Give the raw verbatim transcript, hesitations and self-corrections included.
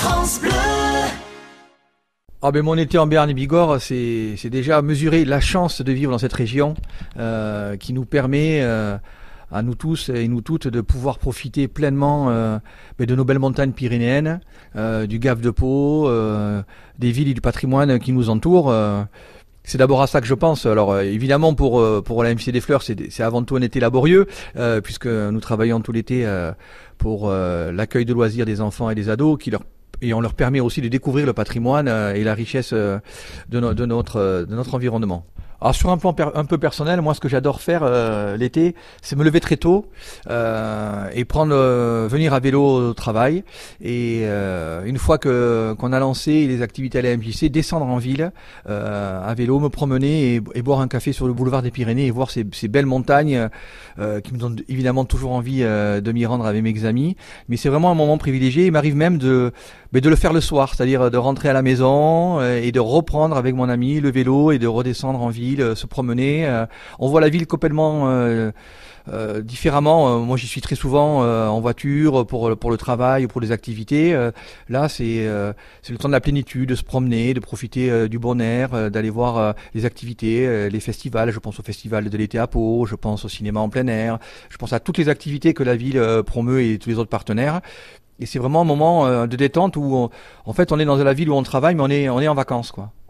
France Bleu. Ah ben mon été en Béarn et Bigorre, c'est, c'est déjà mesurer la chance de vivre dans cette région euh, qui nous permet euh, à nous tous et nous toutes de pouvoir profiter pleinement euh, ben de nos belles montagnes pyrénéennes, euh, du Gave de Pau, euh, des villes et du patrimoine qui nous entourent. Euh, C'est d'abord à ça que je pense. Alors euh, évidemment pour euh, pour la M C des Fleurs, c'est, c'est avant tout un été laborieux euh, puisque nous travaillons tout l'été euh, pour euh, l'accueil de loisirs des enfants et des ados qui leur et on leur permet aussi de découvrir le patrimoine euh, et la richesse euh, de, no- de notre euh, de notre environnement. Alors sur un plan per- un peu personnel, moi ce que j'adore faire euh, l'été, c'est me lever très tôt euh, et prendre euh, venir à vélo au travail. Et euh, une fois que qu'on a lancé les activités à la M J C, descendre en ville euh, à vélo, me promener et, et boire un café sur le boulevard des Pyrénées et voir ces, ces belles montagnes euh, qui me donnent évidemment toujours envie euh, de m'y rendre avec mes amis. Mais c'est vraiment un moment privilégié. Il m'arrive même de mais de le faire le soir, c'est-à-dire de rentrer à la maison euh, et de reprendre avec mon ami le vélo et de redescendre en ville, euh, se promener. Euh, on voit la ville complètement euh, euh, différemment. Euh, moi, j'y suis très souvent euh, en voiture pour pour le travail ou pour les activités. Euh, là, c'est euh, c'est le temps de la plénitude, de se promener, de profiter euh, du bon air, euh, d'aller voir euh, les activités, euh, les festivals. Je pense au festival de l'été à Pau, je pense au cinéma en plein air, je pense à toutes les activités que la ville euh, promeut et tous les autres partenaires. Et c'est vraiment un moment euh, de détente où, on, en fait, on est dans la ville où on travaille, mais on est, on est en vacances, quoi.